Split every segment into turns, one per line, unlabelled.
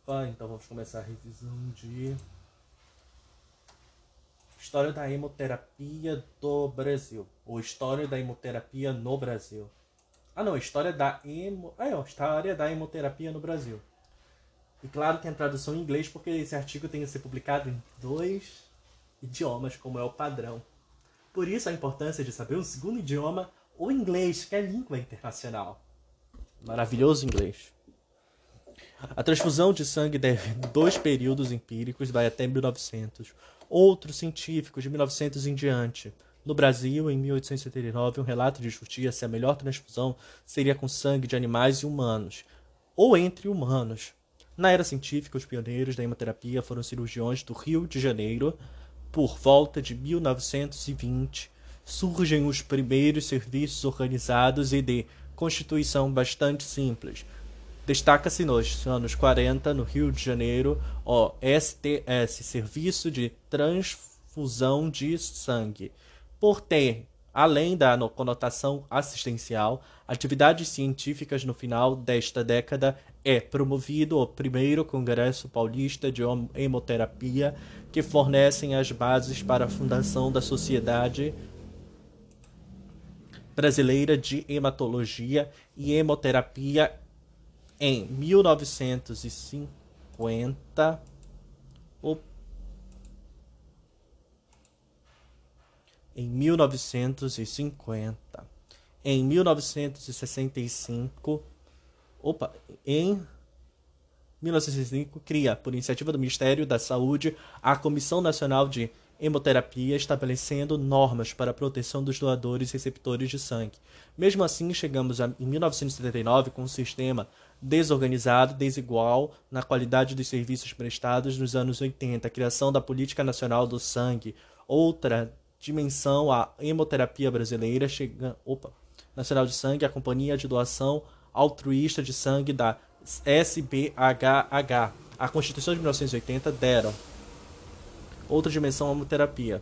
Então vamos começar a revisão de História da Hemoterapia do Brasil. Ou História da Hemoterapia no Brasil. História da Hemoterapia no Brasil. E claro, tem a tradução em inglês, porque esse artigo tem que ser publicado em 2 idiomas, como é o padrão. Por isso a importância de saber um segundo idioma, o inglês, que é língua internacional. Maravilhoso inglês. A transfusão de sangue deve 2 períodos empíricos, vai até 1900. Outros científicos, de 1900 em diante. No Brasil, em 1879, um relato discutia se a melhor transfusão seria com sangue de animais e humanos, ou entre humanos. Na era científica, os pioneiros da hemoterapia foram cirurgiões do Rio de Janeiro. Por volta de 1920, surgem os primeiros serviços organizados e de constituição bastante simples. Destaca-se nos anos 40, no Rio de Janeiro, o STS, Serviço de Transfusão de Sangue, por ter, além da conotação assistencial, atividades científicas. No final desta década é promovido o primeiro Congresso Paulista de Hemoterapia, que fornecem as bases para a fundação da Sociedade Brasileira de Hematologia e Hemoterapia em 1950. Em 1950. Em 1965. Em 1965, cria, por iniciativa do Ministério da Saúde, a Comissão Nacional de Hemoterapia, estabelecendo normas para a proteção dos doadores e receptores de sangue. Mesmo assim, chegamos em 1979 com um sistema desorganizado, desigual na qualidade dos serviços prestados. Nos anos 80, a criação da Política Nacional do Sangue, outra dimensão, a hemoterapia brasileira, Nacional de Sangue, a Companhia de Doação Altruísta de Sangue da SBHH. A Constituição de 1980 deram outra dimensão à hemoterapia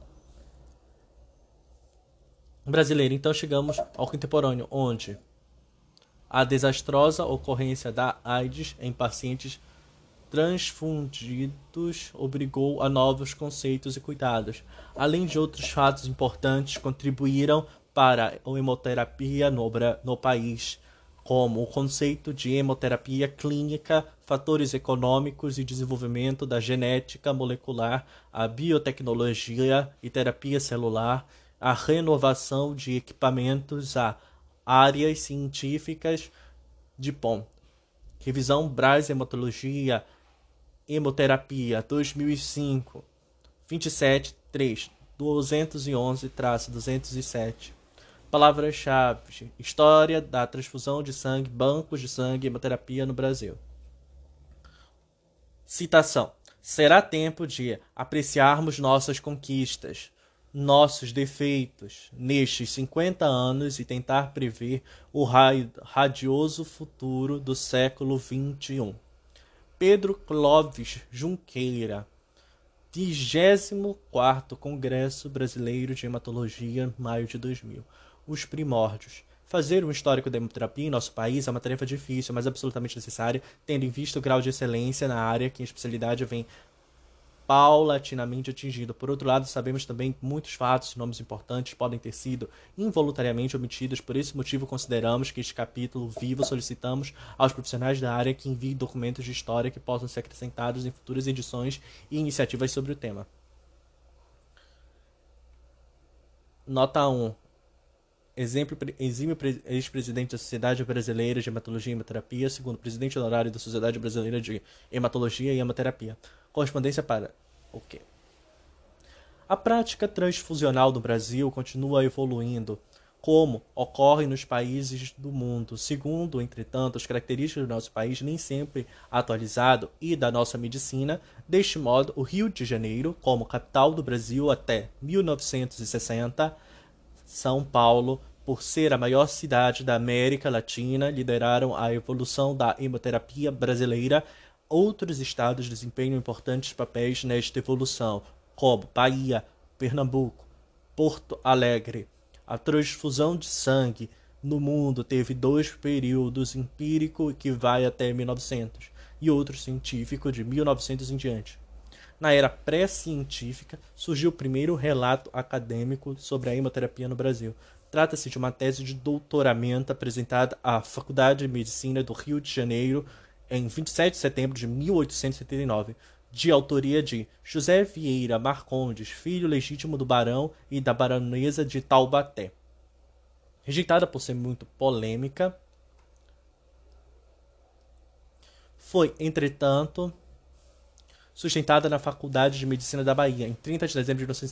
brasileira. Então chegamos ao contemporâneo, onde a desastrosa ocorrência da AIDS em pacientes transfundidos obrigou a novos conceitos e cuidados. Além de outros fatos importantes, contribuíram para a hemoterapia no país, como o conceito de hemoterapia clínica, fatores econômicos e desenvolvimento da genética molecular, a biotecnologia e terapia celular, a renovação de equipamentos, a áreas científicas de ponta. Revisão Braz Hematologia, Hemoterapia, 2005, 27.3, 211-207. Palavras-chave: História da transfusão de sangue, bancos de sangue e hemoterapia no Brasil. Citação: será tempo de apreciarmos nossas conquistas, nossos defeitos nestes 50 anos e tentar prever o radioso futuro do século XXI. Pedro Clóvis Junqueira, 24º Congresso Brasileiro de Hematologia, maio de 2000. Os primórdios. Fazer um histórico da hemoterapia em nosso país é uma tarefa difícil, mas absolutamente necessária, tendo em vista o grau de excelência na área que a especialidade vem paulatinamente atingido. Por outro lado, sabemos também que muitos fatos e nomes importantes podem ter sido involuntariamente omitidos. Por esse motivo, consideramos que este capítulo vivo solicitamos aos profissionais da área que enviem documentos de história que possam ser acrescentados em futuras edições e iniciativas sobre o tema. Nota 1. Exemplo: exímio ex-presidente da Sociedade Brasileira de Hematologia e Hemoterapia, segundo presidente honorário da Sociedade Brasileira de Hematologia e Hemoterapia. Correspondência para o quê? A prática transfusional no Brasil continua evoluindo, como ocorre nos países do mundo. Segundo, entretanto, as características do nosso país nem sempre atualizado e da nossa medicina. Deste modo, o Rio de Janeiro, como capital do Brasil até 1960, São Paulo, por ser a maior cidade da América Latina, lideraram a evolução da hemoterapia brasileira. Outros estados desempenham importantes papéis nesta evolução, como Bahia, Pernambuco, Porto Alegre. A transfusão de sangue no mundo teve 2 períodos empíricos que vai até 1900. e outros científicos de 1900 em diante. Na era pré-científica, surgiu o primeiro relato acadêmico sobre a hemoterapia no Brasil. Trata-se de uma tese de doutoramento apresentada à Faculdade de Medicina do Rio de Janeiro em 27 de setembro de 1879, de autoria de José Vieira Marcondes, filho legítimo do barão e da baronesa de Taubaté. Rejeitada por ser muito polêmica, foi, entretanto, sustentada na Faculdade de Medicina da Bahia, em 30 de dezembro de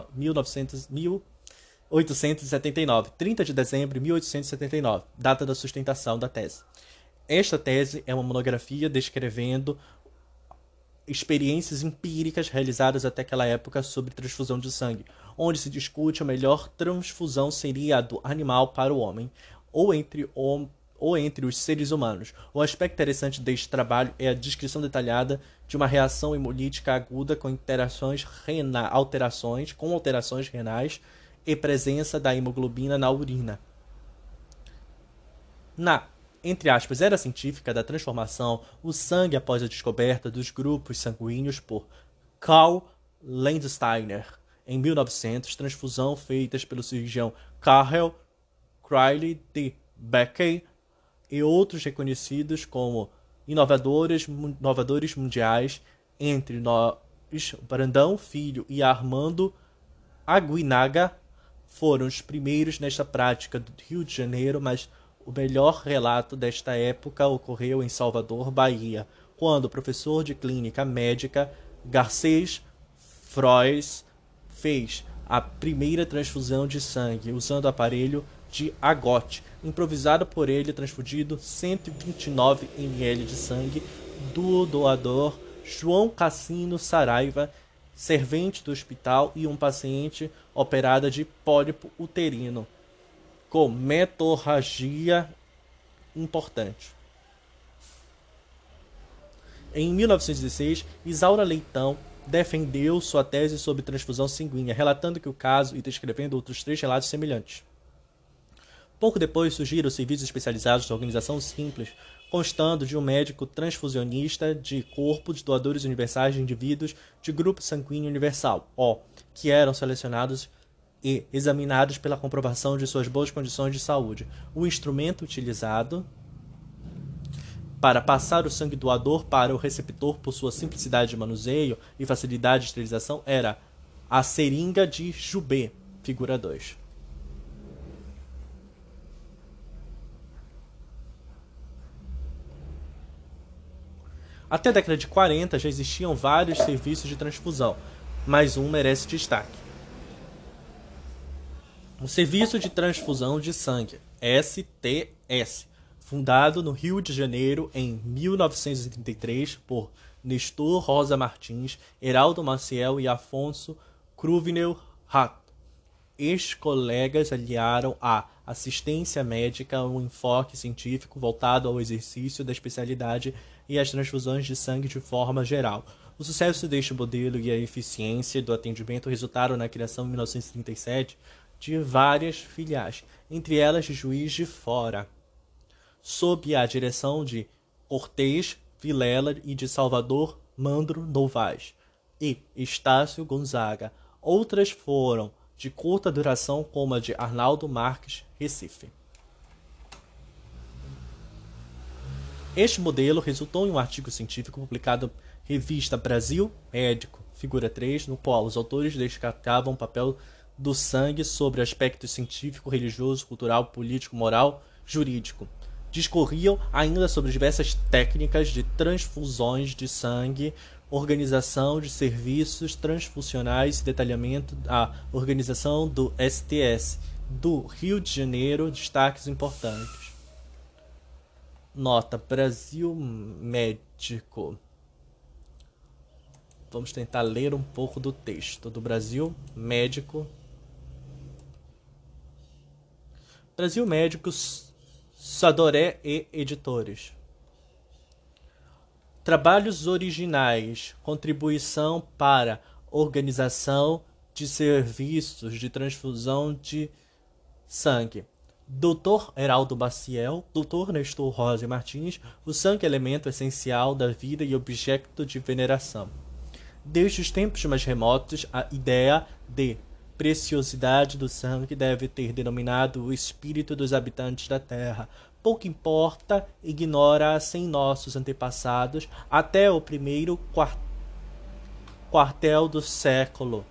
1879, 30 de dezembro de 1879, data da sustentação da tese. Esta tese é uma monografia descrevendo experiências empíricas realizadas até aquela época sobre transfusão de sangue, onde se discute a melhor transfusão seria a do animal para o homem, ou entre os seres humanos. O aspecto interessante deste trabalho é a descrição detalhada de uma reação hemolítica aguda com alterações renais e presença da hemoglobina na urina. Na, entre aspas, era científica da transformação, o sangue após a descoberta dos grupos sanguíneos por Karl Landsteiner, em 1900, transfusão feitas pelo cirurgião Karl Crilley de Beckey e outros reconhecidos como inovadores mundiais, entre nós, Brandão Filho e Armando Aguinaga, foram os primeiros nesta prática do Rio de Janeiro, mas o melhor relato desta época ocorreu em Salvador, Bahia, quando o professor de clínica médica Garcês Frois fez a primeira transfusão de sangue usando o aparelho de Agote, improvisado por ele, transfundido 129 ml de sangue do doador João Cassino Saraiva, servente do hospital, e um paciente operada de pólipo uterino com metorragia importante. Em 1916, Isaura Leitão defendeu sua tese sobre transfusão sanguínea, relatando que o caso e descrevendo outros 3 relatos semelhantes. Pouco depois surgiram serviços especializados de organização simples, constando de um médico transfusionista de corpo de doadores universais de indivíduos de grupo sanguíneo universal, O, que eram selecionados e examinados pela comprovação de suas boas condições de saúde. O instrumento utilizado para passar o sangue doador para o receptor por sua simplicidade de manuseio e facilidade de esterilização era a seringa de Joubert, figura 2. Até a década de 40 já existiam vários serviços de transfusão, mas um merece destaque. O Serviço de Transfusão de Sangue, STS, fundado no Rio de Janeiro em 1933 por Nestor Rosa Martins, Heraldo Maciel e Afonso Cruvinel Rato. Estes colegas aliaram à assistência médica um enfoque científico voltado ao exercício da especialidade e às transfusões de sangue de forma geral. O sucesso deste modelo e a eficiência do atendimento resultaram na criação em 1937 de várias filiais, entre elas de Juiz de Fora, sob a direção de Cortês Vilela e de Salvador Mandro Novaes e Estácio Gonzaga. Outras foram de curta duração, como a de Arnaldo Marques, Recife. Este modelo resultou em um artigo científico publicado na revista Brasil Médico, figura 3, no qual os autores destacavam o papel do sangue sobre aspectos científico, religioso, cultural, político, moral, jurídico. Discorriam ainda sobre diversas técnicas de transfusões de sangue, organização de serviços transfusionais e detalhamento da organização do STS do Rio de Janeiro. Destaques importantes. Nota: Brasil Médico. Vamos tentar ler um pouco do texto do Brasil Médico. Brasil Médico, Sadoré e Editores. Trabalhos originais. Contribuição para organização de serviços de transfusão de sangue. Dr. Heraldo Maciel, Dr. Nestor Rosa Martins, o sangue é elemento essencial da vida e objeto de veneração. Desde os tempos mais remotos, a ideia de preciosidade do sangue deve ter denominado o espírito dos habitantes da terra. Pouco importa, ignora-se em nossos antepassados até o primeiro quartel do século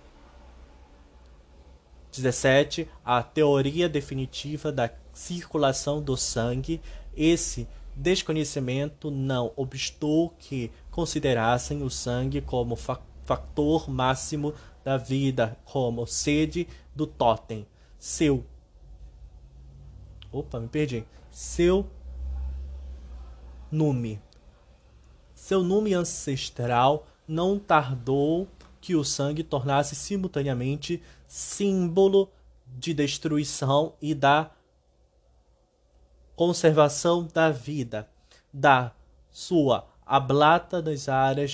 XVII, a teoria definitiva da circulação do sangue. Esse desconhecimento não obstou que considerassem o sangue como fator máximo da vida, como sede do totem. Seu nume. Seu nume ancestral não tardou que o sangue tornasse simultaneamente símbolo de destruição e da conservação da vida. Da sua ablata nas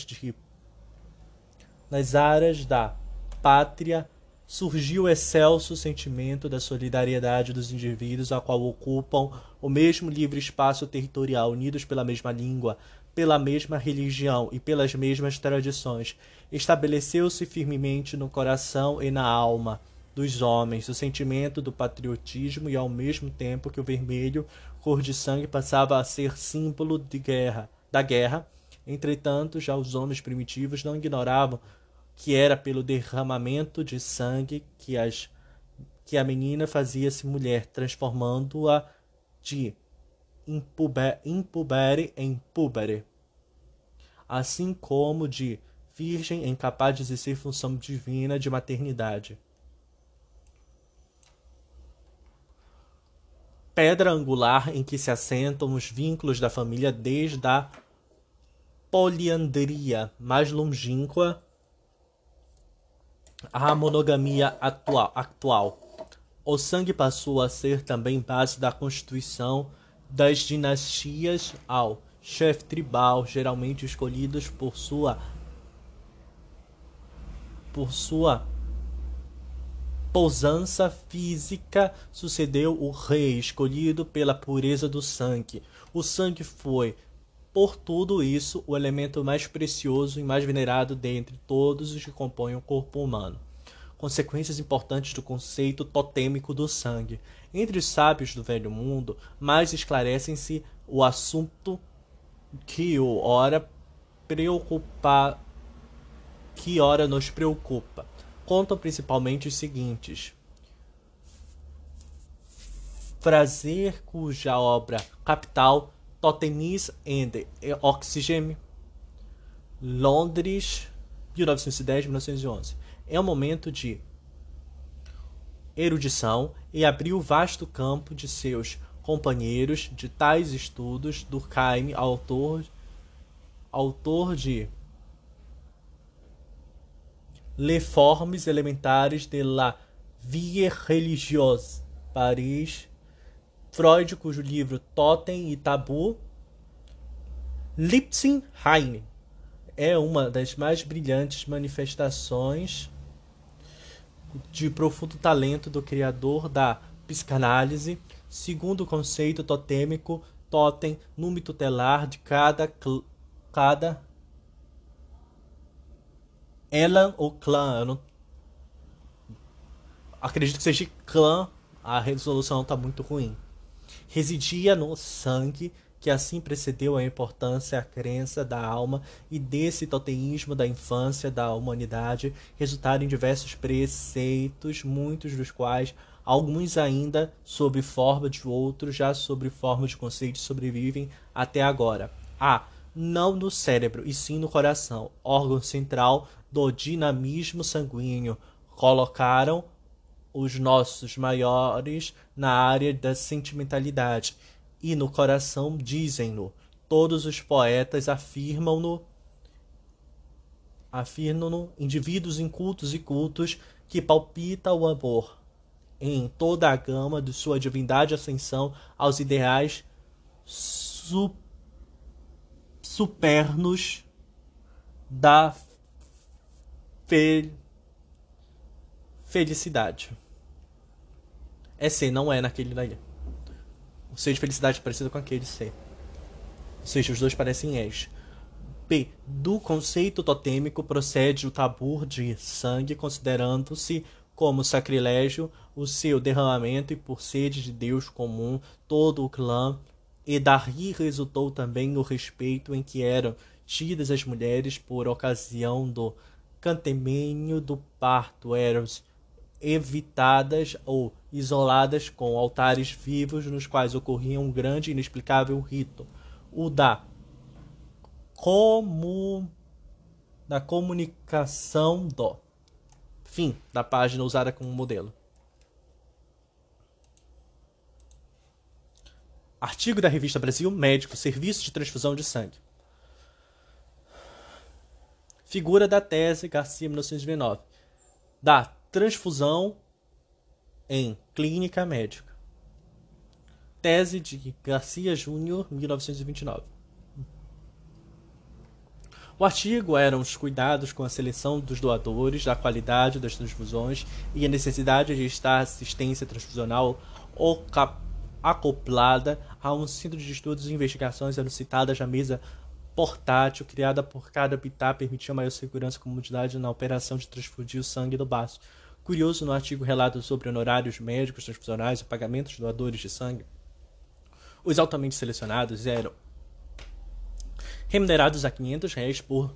áreas da pátria surgiu o excelso sentimento da solidariedade dos indivíduos a qual ocupam o mesmo livre espaço territorial, unidos pela mesma língua, pela mesma religião e pelas mesmas tradições. Estabeleceu-se firmemente no coração e na alma dos homens o sentimento do patriotismo, e ao mesmo tempo que o vermelho, cor de sangue, passava a ser símbolo da guerra. Entretanto, já os homens primitivos não ignoravam que era pelo derramamento de sangue que a menina fazia-se mulher, transformando-a de impubere em púbere, assim como de virgem em capaz de exercer função divina de maternidade. Pedra angular em que se assentam os vínculos da família desde a poliandria mais longínqua à monogamia atual. O sangue passou a ser também base da constituição das dinastias ao chefe tribal, geralmente escolhidos por sua pousança física, sucedeu o rei, escolhido pela pureza do sangue. O sangue foi, por tudo isso, o elemento mais precioso e mais venerado dentre todos os que compõem o corpo humano. Consequências importantes do conceito totêmico do sangue. Entre os sábios do Velho Mundo, mais esclarecem-se o assunto que ora nos preocupa. Contam principalmente os seguintes: Fraser, cuja obra capital Totemism and Oxygen, Londres, 1910-1911, é um momento de erudição e abriu vasto campo de seus companheiros de tais estudos. Durkheim, autor de Les Formes Élémentaires de la Vie Religieuse, Paris. Freud, cujo livro Totem e Tabu. Liptzin-Heine é uma das mais brilhantes manifestações de profundo talento do criador da psicanálise. Segundo o conceito totêmico, totem, nome tutelar de cada Elan ou clã. Eu não acredito que seja clã, a resolução está muito ruim. Residia no sangue, que assim precedeu a importância e a crença da alma, e desse toteísmo da infância da humanidade resultaram em diversos preceitos, muitos dos quais, alguns ainda sob forma de outros, já sob forma de conceitos, sobrevivem até agora. Não no cérebro, e sim no coração, órgão central do dinamismo sanguíneo. Colocaram os nossos maiores na área da sentimentalidade, e no coração dizem-no. Todos os poetas afirmam-no, indivíduos incultos e cultos que palpita o amor em toda a gama de sua divindade ascensão aos ideais supernos da felicidade. Não é naquele daí. O C de felicidade é parecido com aquele C. Ou seja, os dois parecem S. B. Do conceito totêmico procede o tabu de sangue, considerando-se como sacrilégio o seu derramamento e por sede de Deus comum todo o clã, e daí resultou também o respeito em que eram tidas as mulheres por ocasião do cantemênio do parto, eram evitadas ou isoladas com altares vivos nos quais ocorria um grande e inexplicável rito, o da comunicação do fim da página usada como modelo. Artigo da Revista Brasil Médico, Serviço de Transfusão de Sangue. Figura da tese Garcia, 1929, da transfusão em clínica médica. Tese de Garcia Júnior, 1929. O artigo eram os cuidados com a seleção dos doadores, a qualidade das transfusões e a necessidade de estar assistência transfusional acoplada a um centro de estudos e investigações eram citadas na mesa portátil criada por cada habitat permitia maior segurança e comodidade na operação de transfundir o sangue do baço. Curioso, no artigo relato sobre honorários médicos transfusionais e pagamentos de doadores de sangue, os altamente selecionados eram remunerados a R$500 por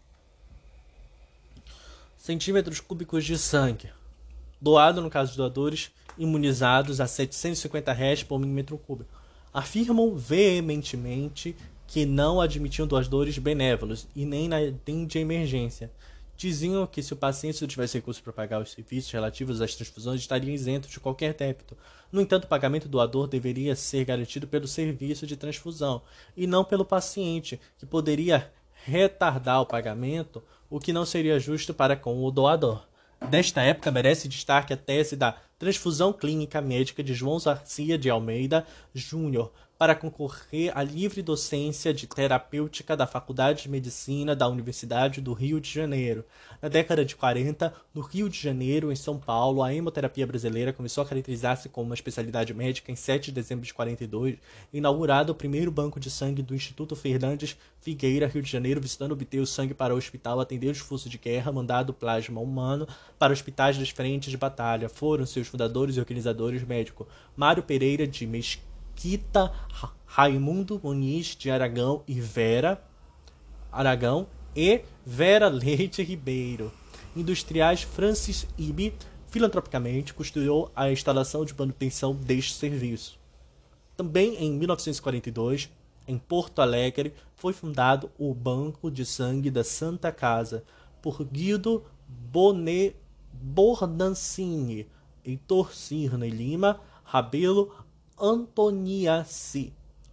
centímetros cúbicos de sangue, doado no caso de doadores imunizados a R$750 por milímetro cúbico. Afirmam veementemente que não admitiam doadores benévolos e nem de emergência. Diziam que se o paciente não tivesse recursos para pagar os serviços relativos às transfusões, estaria isento de qualquer débito. No entanto, o pagamento do doador deveria ser garantido pelo serviço de transfusão e não pelo paciente, que poderia retardar o pagamento, o que não seria justo para com o doador. Desta época, merece destaque a tese da transfusão clínica médica de João Garcia de Almeida Júnior, para concorrer à livre docência de terapêutica da Faculdade de Medicina da Universidade do Rio de Janeiro. Na década de 40, no Rio de Janeiro, em São Paulo, a hemoterapia brasileira começou a caracterizar-se como uma especialidade médica em 7 de dezembro de 42, inaugurado o primeiro banco de sangue do Instituto Fernandes Figueira, Rio de Janeiro, visando obter o sangue para o hospital, atender os furtos de guerra, mandado plasma humano para hospitais das frentes de batalha. Foram seus fundadores e organizadores médicos Mário Pereira de Mesquita, Raimundo Muniz de Aragão e Vera Leite Ribeiro. Industriais Francis Ibe filantropicamente custou a instalação de manutenção deste serviço. Também em 1942, em Porto Alegre, foi fundado o Banco de Sangue da Santa Casa por Guido Bordancini, Heitor Cirne Lima, Rabelo Antoniaci.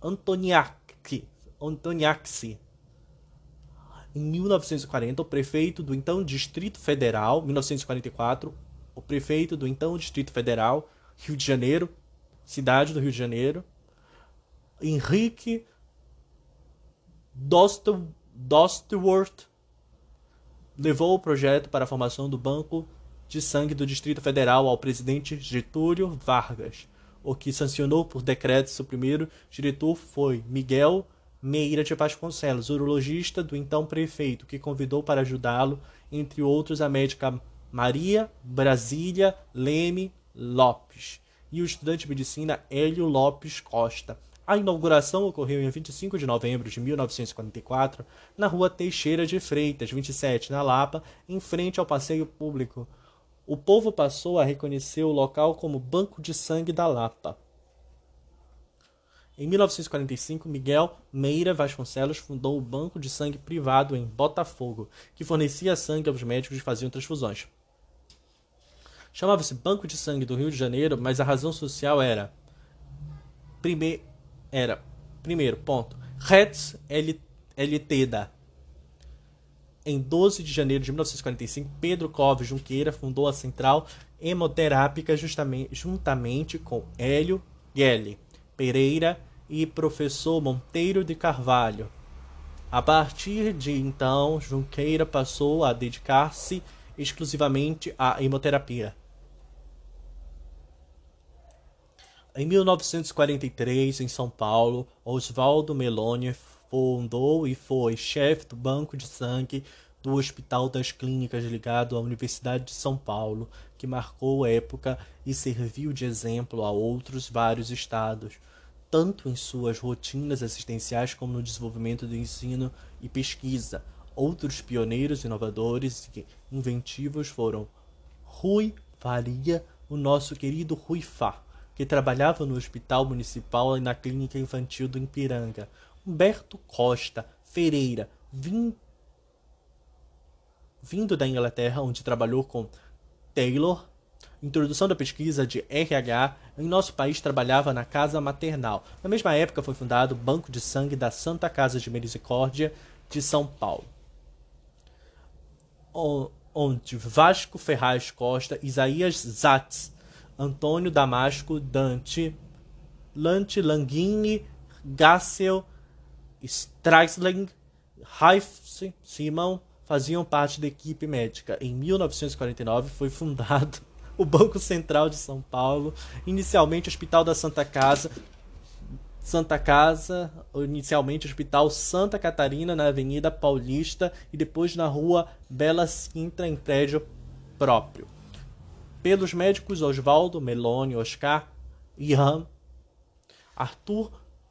Em 1940, o prefeito do então Distrito Federal, 1944, o prefeito do então Distrito Federal, Rio de Janeiro, cidade do Rio de Janeiro, Henrique Dostworth, levou o projeto para a formação do Banco de Sangue do Distrito Federal ao presidente Getúlio Vargas. O que sancionou por decreto seu primeiro diretor foi Miguel Meira de Vasconcelos, urologista do então prefeito, que convidou para ajudá-lo, entre outros, a médica Maria Brasília Leme Lopes e o estudante de medicina Hélio Lopes Costa. A inauguração ocorreu em 25 de novembro de 1944, na rua Teixeira de Freitas, 27, na Lapa, em frente ao passeio público. O povo passou a reconhecer o local como Banco de Sangue da Lapa. Em 1945, Miguel Meira Vasconcelos fundou o Banco de Sangue Privado em Botafogo, que fornecia sangue aos médicos que faziam transfusões. Chamava-se Banco de Sangue do Rio de Janeiro, mas a razão social era... Primeiro ponto, Reds LTDA. Em 12 de janeiro de 1945, Pedro Cove Junqueira fundou a Central Hemoterápica juntamente com Hélio Guelle Pereira e professor Monteiro de Carvalho. A partir de então, Junqueira passou a dedicar-se exclusivamente à hemoterapia. Em 1943, em São Paulo, Oswaldo Meloni fundou e foi chefe do Banco de Sangue do Hospital das Clínicas ligado à Universidade de São Paulo, que marcou a época e serviu de exemplo a outros vários estados, tanto em suas rotinas assistenciais como no desenvolvimento do ensino e pesquisa. Outros pioneiros, inovadores e inventivos foram Rui Faria, o nosso querido Rui Fá, que trabalhava no Hospital Municipal e na Clínica Infantil do Ipiranga. Humberto Costa Ferreira, vindo da Inglaterra, onde trabalhou com Taylor. Introdução da pesquisa de RH. Em nosso país trabalhava na Casa Maternal. Na mesma época foi fundado o Banco de Sangue da Santa Casa de Misericórdia de São Paulo, onde Vasco Ferraz Costa, Isaías Zatz, Antônio Damasco Dante, Lante Langhini, Gassel, Streisling, Raif Simão faziam parte da equipe médica. Em 1949 foi fundado o Banco Central de São Paulo, inicialmente Hospital da Santa Casa, inicialmente Hospital Santa Catarina, na Avenida Paulista, e depois na Rua Bela Sintra, em prédio próprio. Pelos médicos Oswaldo Meloni, Oscar Ihan, Arthur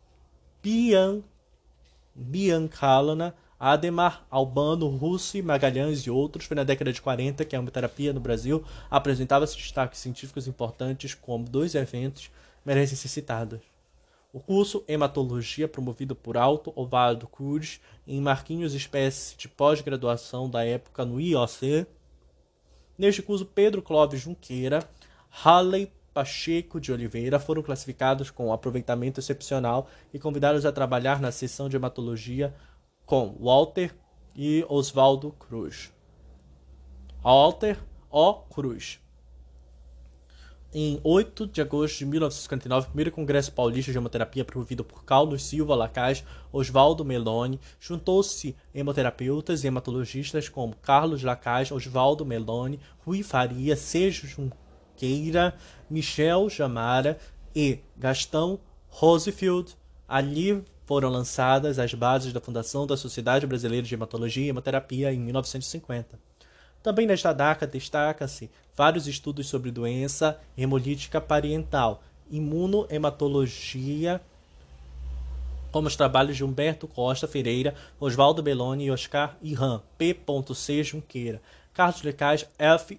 Biancalana, Ademar Albano, Russi, Magalhães e outros. Foi na década de 40 que a hemoterapia no Brasil apresentava-se destaques científicos importantes, como 2 eventos merecem ser citados. O curso Hematologia, promovido por Alto Osvaldo Cruz, em Marquinhos, espécie de pós-graduação da época no IOC. Neste curso, Pedro Clóvis Junqueira, Halley Pacheco de Oliveira foram classificados com aproveitamento excepcional e convidados a trabalhar na seção de hematologia com Walter e Oswaldo Cruz. Walter O. Cruz. Em 8 de agosto de 1959, o primeiro Congresso Paulista de Hemoterapia, promovido por Carlos Silva Lacaz, Oswaldo Meloni, juntou-se hemoterapeutas e hematologistas como Carlos Lacaz, Oswaldo Meloni, Rui Faria, Sérgio Junqueira, Michel Jamara e Gastão Rosefield. Ali foram lançadas as bases da fundação da Sociedade Brasileira de Hematologia e Hemoterapia em 1950. Também nesta data destaca-se vários estudos sobre doença hemolítica parental, imunohematologia, como os trabalhos de Humberto Costa Ferreira, Oswaldo Meloni e Oscar Ihan, P.C. Junqueira, Carlos Lacaz, F.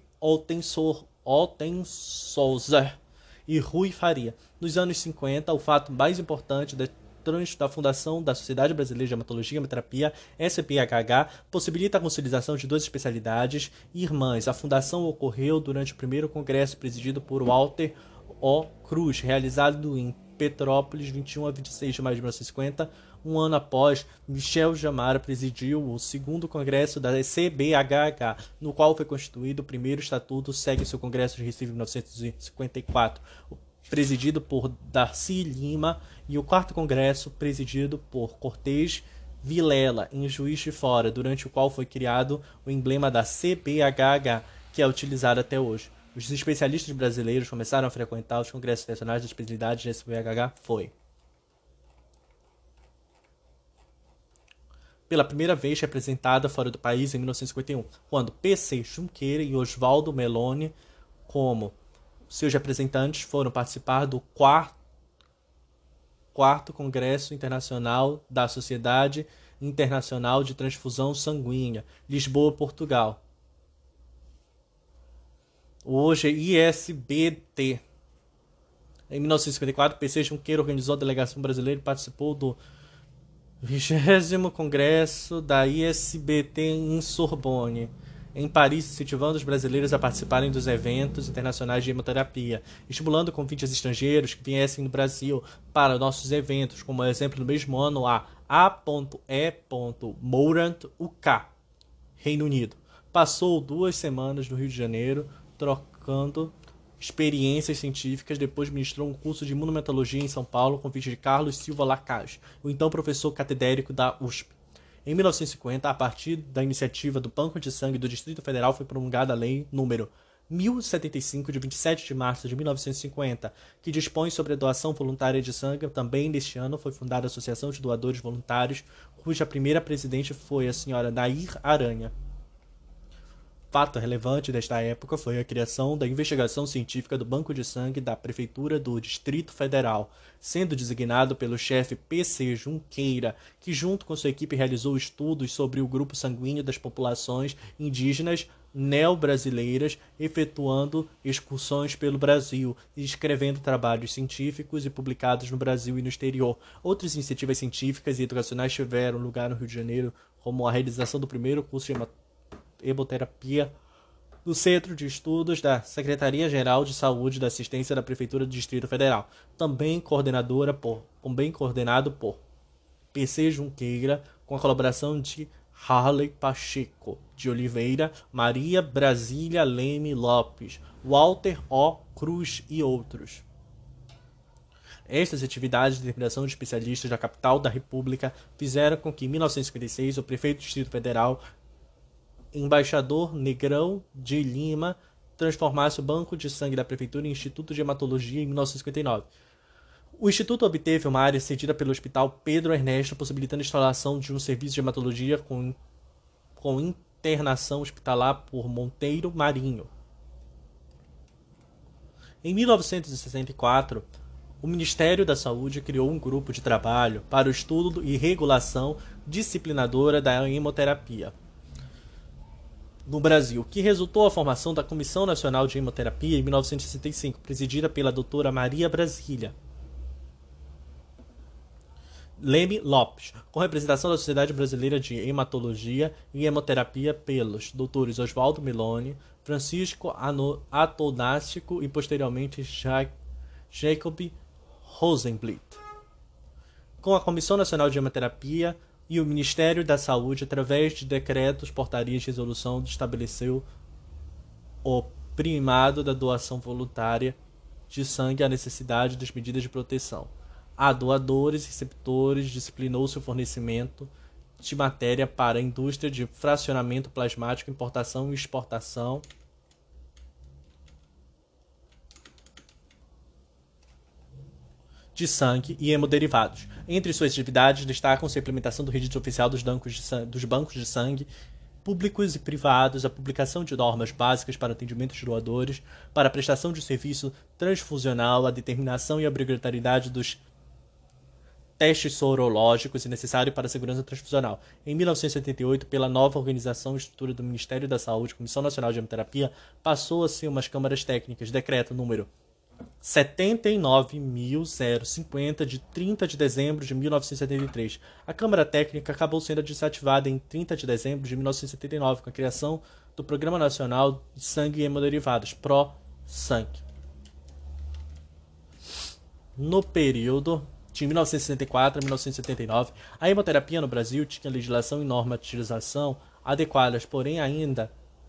Ottensouza e Rui Faria. Nos anos 50, o fato mais importante da fundação da Sociedade Brasileira de Hematologia e Hemoterapia, SPHH, possibilita a consolidação de 2 especialidades irmãs. A fundação ocorreu durante o primeiro congresso presidido por Walter O. Cruz, realizado em Petrópolis, 21 a 26 de maio de 1950. Um ano após, Michel Jamara presidiu o segundo congresso da CBHH, no qual foi constituído o primeiro estatuto, segue seu congresso de Recife em 1954. Presidido por Darcy Lima, e o 4º Congresso, presidido por Cortês Vilela, em Juiz de Fora, durante o qual foi criado o emblema da CBHH, que é utilizado até hoje. Os especialistas brasileiros começaram a frequentar os congressos nacionais das especialidades da CBHH. Pela primeira vez representada fora do país em 1951, quando P.C. Junqueira e Oswaldo Meloni, como seus representantes, foram participar do quarto Congresso Internacional da Sociedade Internacional de Transfusão Sanguínea, Lisboa, Portugal. Hoje ISBT. Em 1954, P.C. Junqueira organizou a delegação brasileira e participou do 20º Congresso da ISBT em Sorbonne, em Paris, incentivando os brasileiros a participarem dos eventos internacionais de hemoterapia, estimulando convites estrangeiros que viessem no Brasil para nossos eventos, como exemplo, no mesmo ano a A.E. Mourant, UK, Reino Unido. Passou 2 semanas no Rio de Janeiro, trocando experiências científicas, depois ministrou um curso de imunohematologia em São Paulo, com convite de Carlos Silva Lacaz, o então professor catedrático da USP. Em 1950, a partir da iniciativa do Banco de Sangue do Distrito Federal, foi promulgada a Lei número 1075, de 27 de março de 1950, que dispõe sobre a doação voluntária de sangue. Também neste ano foi fundada a Associação de Doadores Voluntários, cuja primeira presidente foi a senhora Nair Aranha. Fato relevante desta época foi a criação da investigação científica do Banco de Sangue da Prefeitura do Distrito Federal, sendo designado pelo chefe P.C. Junqueira, que junto com sua equipe realizou estudos sobre o grupo sanguíneo das populações indígenas neo-brasileiras, efetuando excursões pelo Brasil e escrevendo trabalhos científicos e publicados no Brasil e no exterior. Outras iniciativas científicas e educacionais tiveram lugar no Rio de Janeiro, como a realização do primeiro curso de hemoterapia do Centro de Estudos da Secretaria-Geral de Saúde da Assistência da Prefeitura do Distrito Federal, também coordenado por P.C. Junqueira, com a colaboração de Harley Pacheco de Oliveira, Maria Brasília Leme Lopes, Walter O. Cruz e outros. Estas atividades de determinação de especialistas da capital da República fizeram com que, em 1956, o prefeito do Distrito Federal, embaixador Negrão de Lima, transformasse o Banco de Sangue da Prefeitura em Instituto de Hematologia em 1959. O Instituto obteve uma área cedida pelo Hospital Pedro Ernesto, possibilitando a instalação de um serviço de hematologia com internação hospitalar por Monteiro Marinho. Em 1964, o Ministério da Saúde criou um grupo de trabalho para o estudo e regulação disciplinadora da hemoterapia no Brasil, que resultou a formação da Comissão Nacional de Hemoterapia em 1965, presidida pela doutora Maria Brasília Leme Lopes, com representação da Sociedade Brasileira de Hematologia e Hemoterapia pelos doutores Oswaldo Meloni, Francisco Atonástico e posteriormente Jacob Rosenblit. Com a Comissão Nacional de Hemoterapia e o Ministério da Saúde, através de decretos, portarias de resolução, estabeleceu o primado da doação voluntária de sangue à necessidade das medidas de proteção. A doadores e receptores, disciplinou-se o fornecimento de matéria para a indústria de fracionamento plasmático, importação e exportação de sangue e hemoderivados. Entre suas atividades destacam-se a implementação do registro oficial dos bancos de sangue públicos e privados, a publicação de normas básicas para atendimento de doadores, para a prestação de serviço transfusional, a determinação e a obrigatoriedade dos testes sorológicos e necessário para a segurança transfusional. Em 1978, pela nova organização e estrutura do Ministério da Saúde, Comissão Nacional de Hemoterapia passou a ser umas câmaras técnicas, decreto número 79.050, de 30 de dezembro de 1973. A Câmara Técnica acabou sendo desativada em 30 de dezembro de 1979, com a criação do Programa Nacional de Sangue e Hemoderivados, PRO-SANG. No período de 1964 a 1979, a hemoterapia no Brasil tinha legislação e normatização adequadas, porém ainda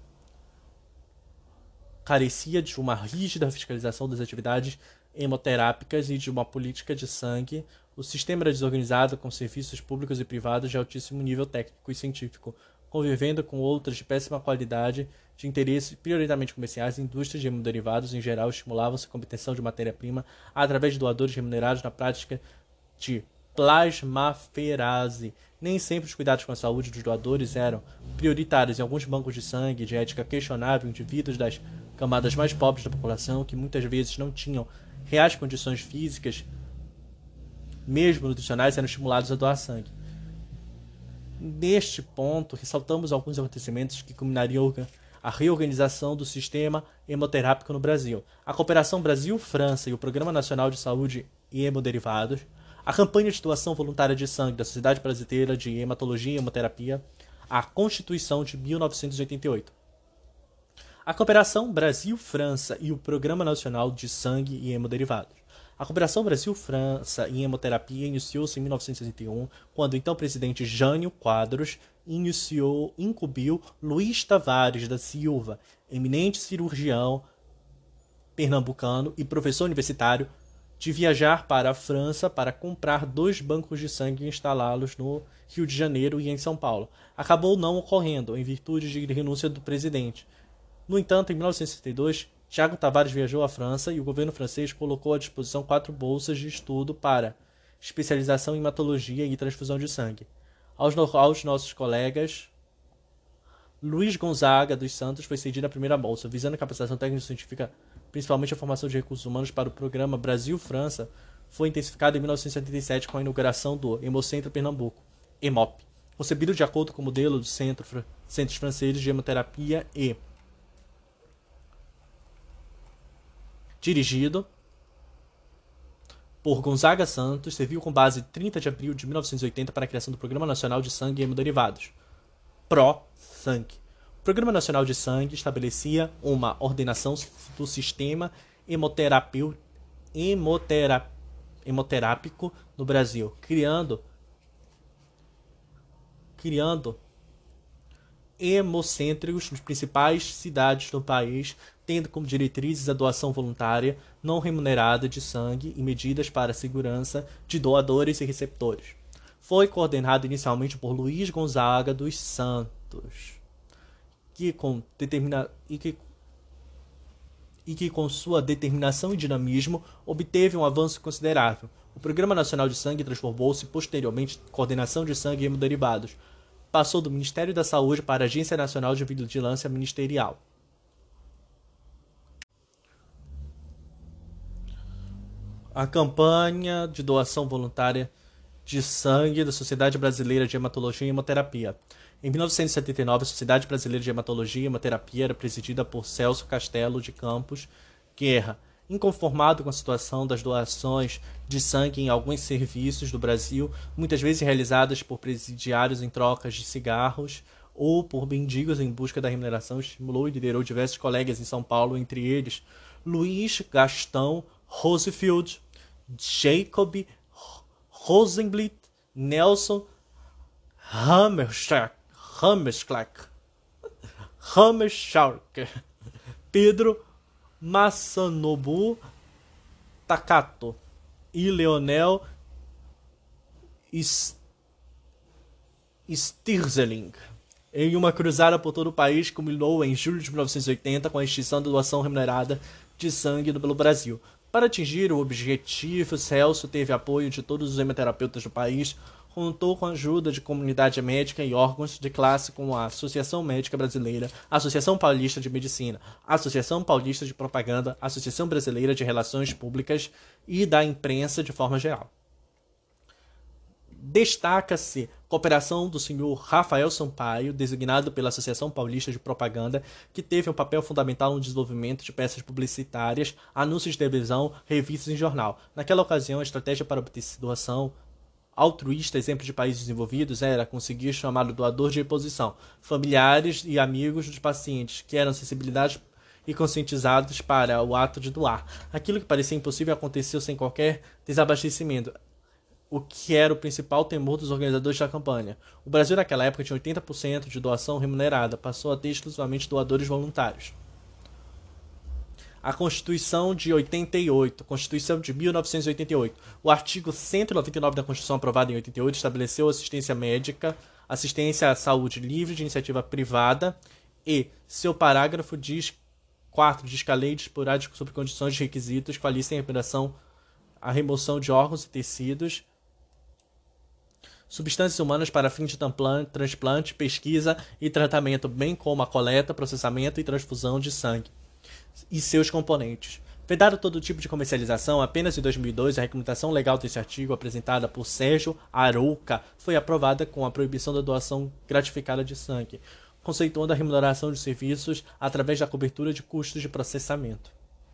carecia de uma rígida fiscalização das atividades hemoterápicas e de uma política de sangue. O sistema era desorganizado, com serviços públicos e privados de altíssimo nível técnico e científico, convivendo com outras de péssima qualidade, de interesse prioritariamente comerciais. Indústrias de hemoderivados, em geral, estimulavam-se a obtenção de matéria-prima através de doadores remunerados na prática de plasmaferase. Nem sempre os cuidados com a saúde dos doadores eram prioritários. Em alguns bancos de sangue de ética questionável, indivíduos das camadas mais pobres da população, que muitas vezes não tinham reais condições físicas, mesmo nutricionais, eram estimulados a doar sangue. Neste ponto, ressaltamos alguns acontecimentos que culminariam a reorganização do sistema hemoterápico no Brasil. A Cooperação Brasil-França e o Programa Nacional de Saúde e Hemoderivados, a campanha de doação voluntária de sangue da Sociedade Brasileira de Hematologia e Hemoterapia, a Constituição de 1988. A Cooperação Brasil-França e o Programa Nacional de Sangue e Hemoderivados. A Cooperação Brasil-França em Hemoterapia iniciou-se em 1961, quando o então presidente Jânio Quadros incumbiu Luiz Tavares da Silva, eminente cirurgião pernambucano e professor universitário, de viajar para a França para comprar 2 bancos de sangue e instalá-los no Rio de Janeiro e em São Paulo. Acabou não ocorrendo, em virtude de renúncia do presidente. No entanto, em 1962, Tiago Tavares viajou à França e o governo francês colocou à disposição 4 bolsas de estudo para especialização em hematologia e transfusão de sangue. Aos nossos colegas, Luiz Gonzaga dos Santos foi cedida a primeira bolsa, visando a capacitação técnico-científica, principalmente a formação de recursos humanos para o programa Brasil-França, foi intensificado em 1977 com a inauguração do Hemocentro Pernambuco, EMOP, concebido de acordo com o modelo dos Centros Franceses de Hemoterapia e dirigido por Gonzaga Santos, serviu com base 30 de abril de 1980 para a criação do Programa Nacional de Sangue e Hemoderivados, PRO-Sangue. O Programa Nacional de Sangue estabelecia uma ordenação do sistema hemoterápico no Brasil, criando hemocentros nas principais cidades do país, tendo como diretrizes a doação voluntária, não remunerada de sangue e medidas para a segurança de doadores e receptores. Foi coordenado inicialmente por Luiz Gonzaga dos Santos, que com sua determinação e dinamismo obteve um avanço considerável. O Programa Nacional de Sangue transformou-se posteriormente em Coordenação de Sangue e Hemoderivados. Passou do Ministério da Saúde para a Agência Nacional de Vigilância Ministerial. A campanha de doação voluntária de sangue da Sociedade Brasileira de Hematologia e Hemoterapia. Em 1979, a Sociedade Brasileira de Hematologia e Hemoterapia era presidida por Celso Castelo de Campos Guerra. Inconformado com a situação das doações de sangue em alguns serviços do Brasil, muitas vezes realizadas por presidiários em trocas de cigarros ou por mendigos em busca da remuneração, estimulou e liderou diversos colegas em São Paulo, entre eles Luiz Gastão Rosefield, Jacob Rosenblit, Nelson Hammerschlag, Pedro Masanobu Takato e Leonel Stirzeling. Em uma cruzada por todo o país, culminou em julho de 1980 com a extinção da doação remunerada de sangue pelo Brasil. Para atingir o objetivo, Celso teve apoio de todos os hemoterapeutas do país, contou com a ajuda de comunidade médica e órgãos de classe como a Associação Médica Brasileira, a Associação Paulista de Medicina, a Associação Paulista de Propaganda, a Associação Brasileira de Relações Públicas e da imprensa de forma geral. Destaca-se a cooperação do senhor Rafael Sampaio, designado pela Associação Paulista de Propaganda, que teve um papel fundamental no desenvolvimento de peças publicitárias, anúncios de televisão, revistas e jornal. Naquela ocasião, a estratégia para obter doação altruísta, exemplo de países desenvolvidos, era conseguir chamar o doador de reposição, familiares e amigos dos pacientes, que eram sensibilizados e conscientizados para o ato de doar. Aquilo que parecia impossível aconteceu sem qualquer desabastecimento, o que era o principal temor dos organizadores da campanha. O Brasil naquela época tinha 80% de doação remunerada, passou a ter exclusivamente doadores voluntários. A Constituição de 88, Constituição de 1988. O artigo 199 da Constituição, aprovado em 88, estabeleceu assistência médica, assistência à saúde livre de iniciativa privada e seu parágrafo 4 diz que a lei disporá sobre condições e requisitos que qualificem a remoção de órgãos e tecidos, substâncias humanas para fim de transplante, pesquisa e tratamento, bem como a coleta, processamento e transfusão de sangue e seus componentes. Vedado todo tipo de comercialização, apenas em 2002 a regulamentação legal desse artigo, apresentada por Sérgio Arouca, foi aprovada com a proibição da doação gratificada de sangue, conceituando a remuneração de serviços através da cobertura de custos de processamento.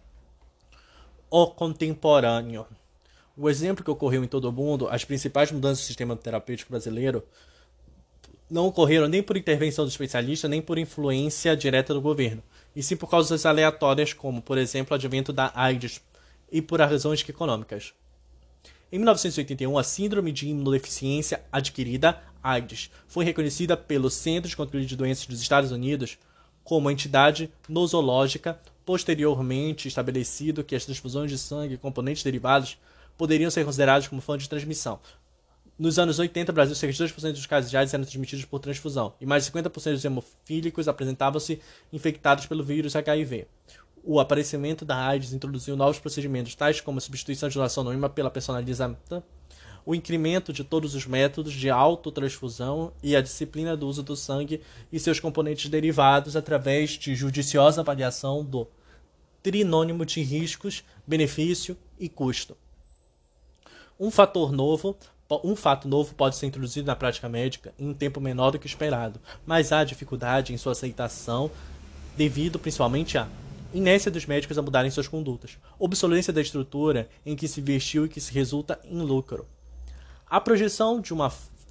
O contemporâneo. O exemplo que ocorreu em todo o mundo, as principais mudanças do sistema terapêutico brasileiro não ocorreram nem por intervenção do especialista, nem por influência direta do governo, e sim por causas aleatórias, como, por exemplo, o advento da AIDS, e por razões econômicas. Em 1981, a Síndrome de Imunodeficiência Adquirida, AIDS, foi reconhecida pelo Centro de Controle de Doenças dos Estados Unidos como entidade nosológica, posteriormente estabelecido que as transfusões de sangue e componentes derivados poderiam ser considerados como fonte de transmissão. Nos anos 80, no Brasil, cerca de 2% dos casos de AIDS eram transmitidos por transfusão, e mais de 50% dos hemofílicos apresentavam-se infectados pelo vírus HIV. O aparecimento da AIDS introduziu novos procedimentos, tais como a substituição de doação anônima pela personalizada, o incremento de todos os métodos de autotransfusão e a disciplina do uso do sangue e seus componentes derivados através de judiciosa avaliação do trinônimo de riscos, benefício e custo. Um fato novo pode ser introduzido na prática médica em um tempo menor do que o esperado, mas há dificuldade em sua aceitação devido principalmente à inércia dos médicos a mudarem suas condutas, obsolescência da estrutura em que se investiu e que se resulta em lucro. A projeção de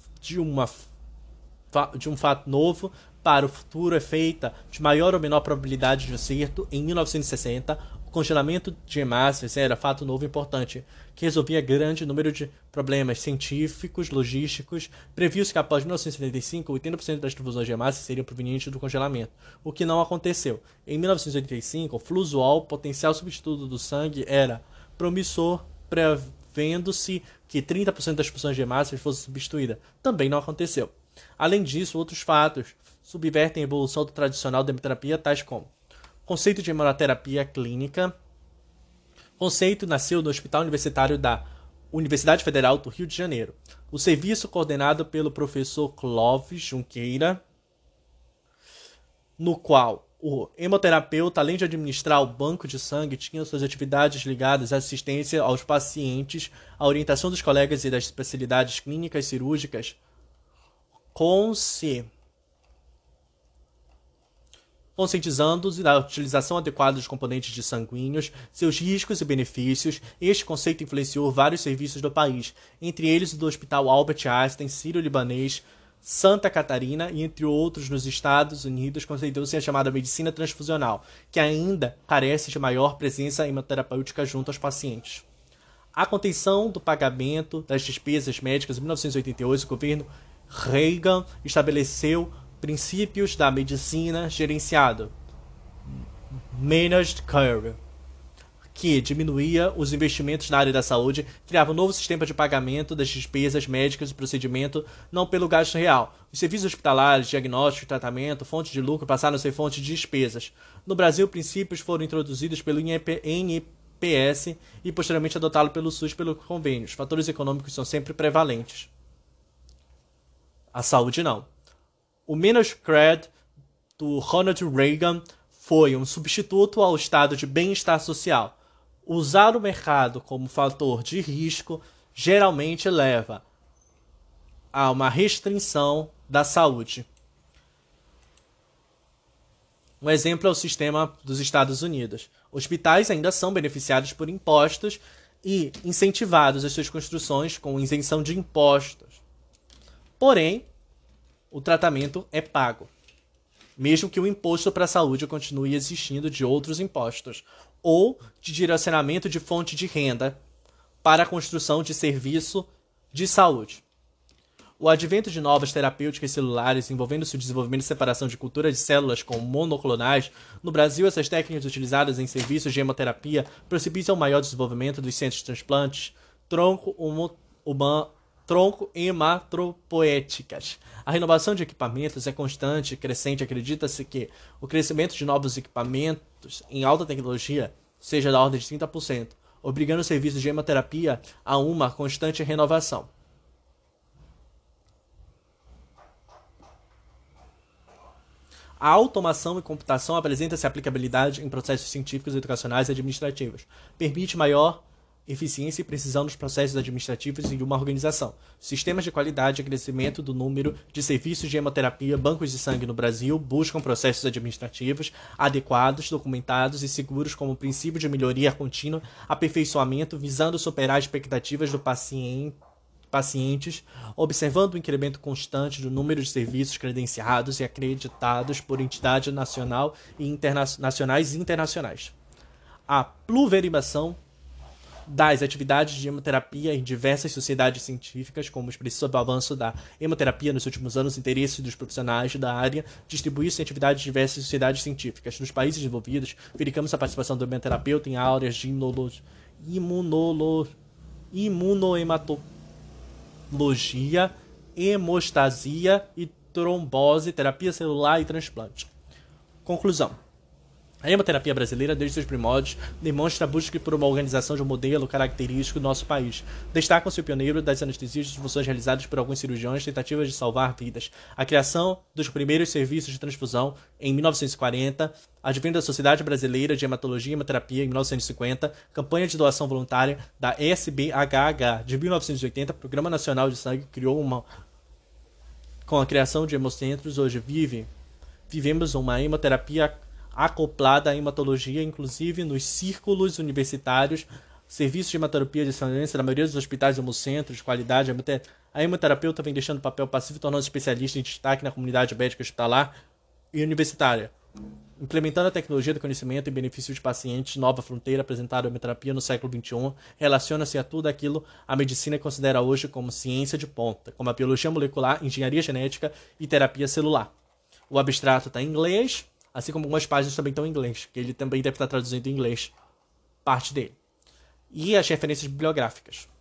um fato novo para o futuro é feita de maior ou menor probabilidade de acerto. Em 1960, o congelamento de hemácias era fato novo importante, que resolvia grande número de problemas científicos, logísticos. Previu-se que após 1975, 80% das transfusões de hemácias seriam provenientes do congelamento, o que não aconteceu. Em 1985, o Fluzool, potencial substituto do sangue, era promissor, prevendo-se que 30% das transfusões de hemácias fosse substituída. Também não aconteceu. Além disso, outros fatos subvertem a evolução do tradicional da hemoterapia, tais como conceito de hemoterapia clínica. O conceito nasceu no Hospital Universitário da Universidade Federal do Rio de Janeiro. O serviço coordenado pelo professor Clóvis Junqueira, no qual o hemoterapeuta, além de administrar o banco de sangue, tinha suas atividades ligadas à assistência aos pacientes, à orientação dos colegas e das especialidades clínicas cirúrgicas, conscientizando-os da utilização adequada dos componentes de sanguíneos, seus riscos e benefícios. Este conceito influenciou vários serviços do país, entre eles o do Hospital Albert Einstein, Sírio-Libanês, Santa Catarina e entre outros nos Estados Unidos, conceitou-se a chamada medicina transfusional, que ainda carece de maior presença hemoterapêutica junto aos pacientes. A contenção do pagamento das despesas médicas em 1988, o governo Reagan estabeleceu princípios da medicina gerenciada, Managed Care, que diminuía os investimentos na área da saúde, criava um novo sistema de pagamento das despesas médicas e procedimento não pelo gasto real. Os serviços hospitalares, diagnóstico, tratamento, fonte de lucro passaram a ser fonte de despesas. No Brasil, princípios foram introduzidos pelo INPS e posteriormente adotados pelo SUS pelo convênio. Os fatores econômicos são sempre prevalentes. A saúde não. O Managed Care do Ronald Reagan foi um substituto ao estado de bem-estar social. Usar o mercado como fator de risco geralmente leva a uma restrição da saúde. Um exemplo é o sistema dos Estados Unidos. Hospitais ainda são beneficiados por impostos e incentivados as suas construções com isenção de impostos. Porém, o tratamento é pago, mesmo que o imposto para a saúde continue existindo de outros impostos, ou de direcionamento de fonte de renda para a construção de serviço de saúde. O advento de novas terapêuticas celulares envolvendo-se o desenvolvimento e separação de cultura de células com monoclonais, no Brasil essas técnicas utilizadas em serviços de hemoterapia propiciam o maior desenvolvimento dos centros de transplantes tronco-hematopoéticas. A renovação de equipamentos é constante e crescente. Acredita-se que o crescimento de novos equipamentos em alta tecnologia seja da ordem de 30%, obrigando os serviços de hemoterapia a uma constante renovação. A automação e computação apresenta-se aplicabilidade em processos científicos, educacionais e administrativos. Permite maior eficiência e precisão nos processos administrativos e uma organização. Sistemas de qualidade e crescimento do número de serviços de hemoterapia, bancos de sangue no Brasil buscam processos administrativos adequados, documentados e seguros como princípio de melhoria contínua, aperfeiçoamento, visando superar as expectativas do pacientes, observando o incremento constante do número de serviços credenciados e acreditados por entidades nacionais e internacionais. A pulverização das atividades de hemoterapia em diversas sociedades científicas, como expressou o avanço da hemoterapia nos últimos anos, interesse dos profissionais da área, distribuir-se em atividades de diversas sociedades científicas. Nos países desenvolvidos, verificamos a participação do hemoterapeuta em áreas de imunohematologia, hematologia, hemostasia e trombose, terapia celular e transplante. Conclusão. A hemoterapia brasileira, desde seus primórdios, demonstra a busca por uma organização de um modelo característico do nosso país. Destacam-se o pioneiro das anestesias de funções realizadas por alguns cirurgiões, tentativas de salvar vidas. A criação dos primeiros serviços de transfusão em 1940, advento da Sociedade Brasileira de Hematologia e Hemoterapia em 1950, campanha de doação voluntária da SBHH de 1980, Programa Nacional de Sangue, criou uma... Com a criação de hemocentros, hoje vivemos uma hemoterapia acoplada à hematologia, inclusive nos círculos universitários, serviços de hemoterapia de excelência da maioria dos hospitais hemocentros de qualidade. A hemoterapeuta vem deixando papel passivo e tornando especialista em destaque na comunidade médica hospitalar e universitária. Implementando a tecnologia do conhecimento em benefício de pacientes, nova fronteira apresentada à hemoterapia no século XXI, relaciona-se a tudo aquilo a medicina considera hoje como ciência de ponta, como a biologia molecular, engenharia genética e terapia celular. O abstrato está em inglês, assim como algumas páginas também estão em inglês, que ele também deve estar traduzindo em inglês, parte dele. E as referências bibliográficas.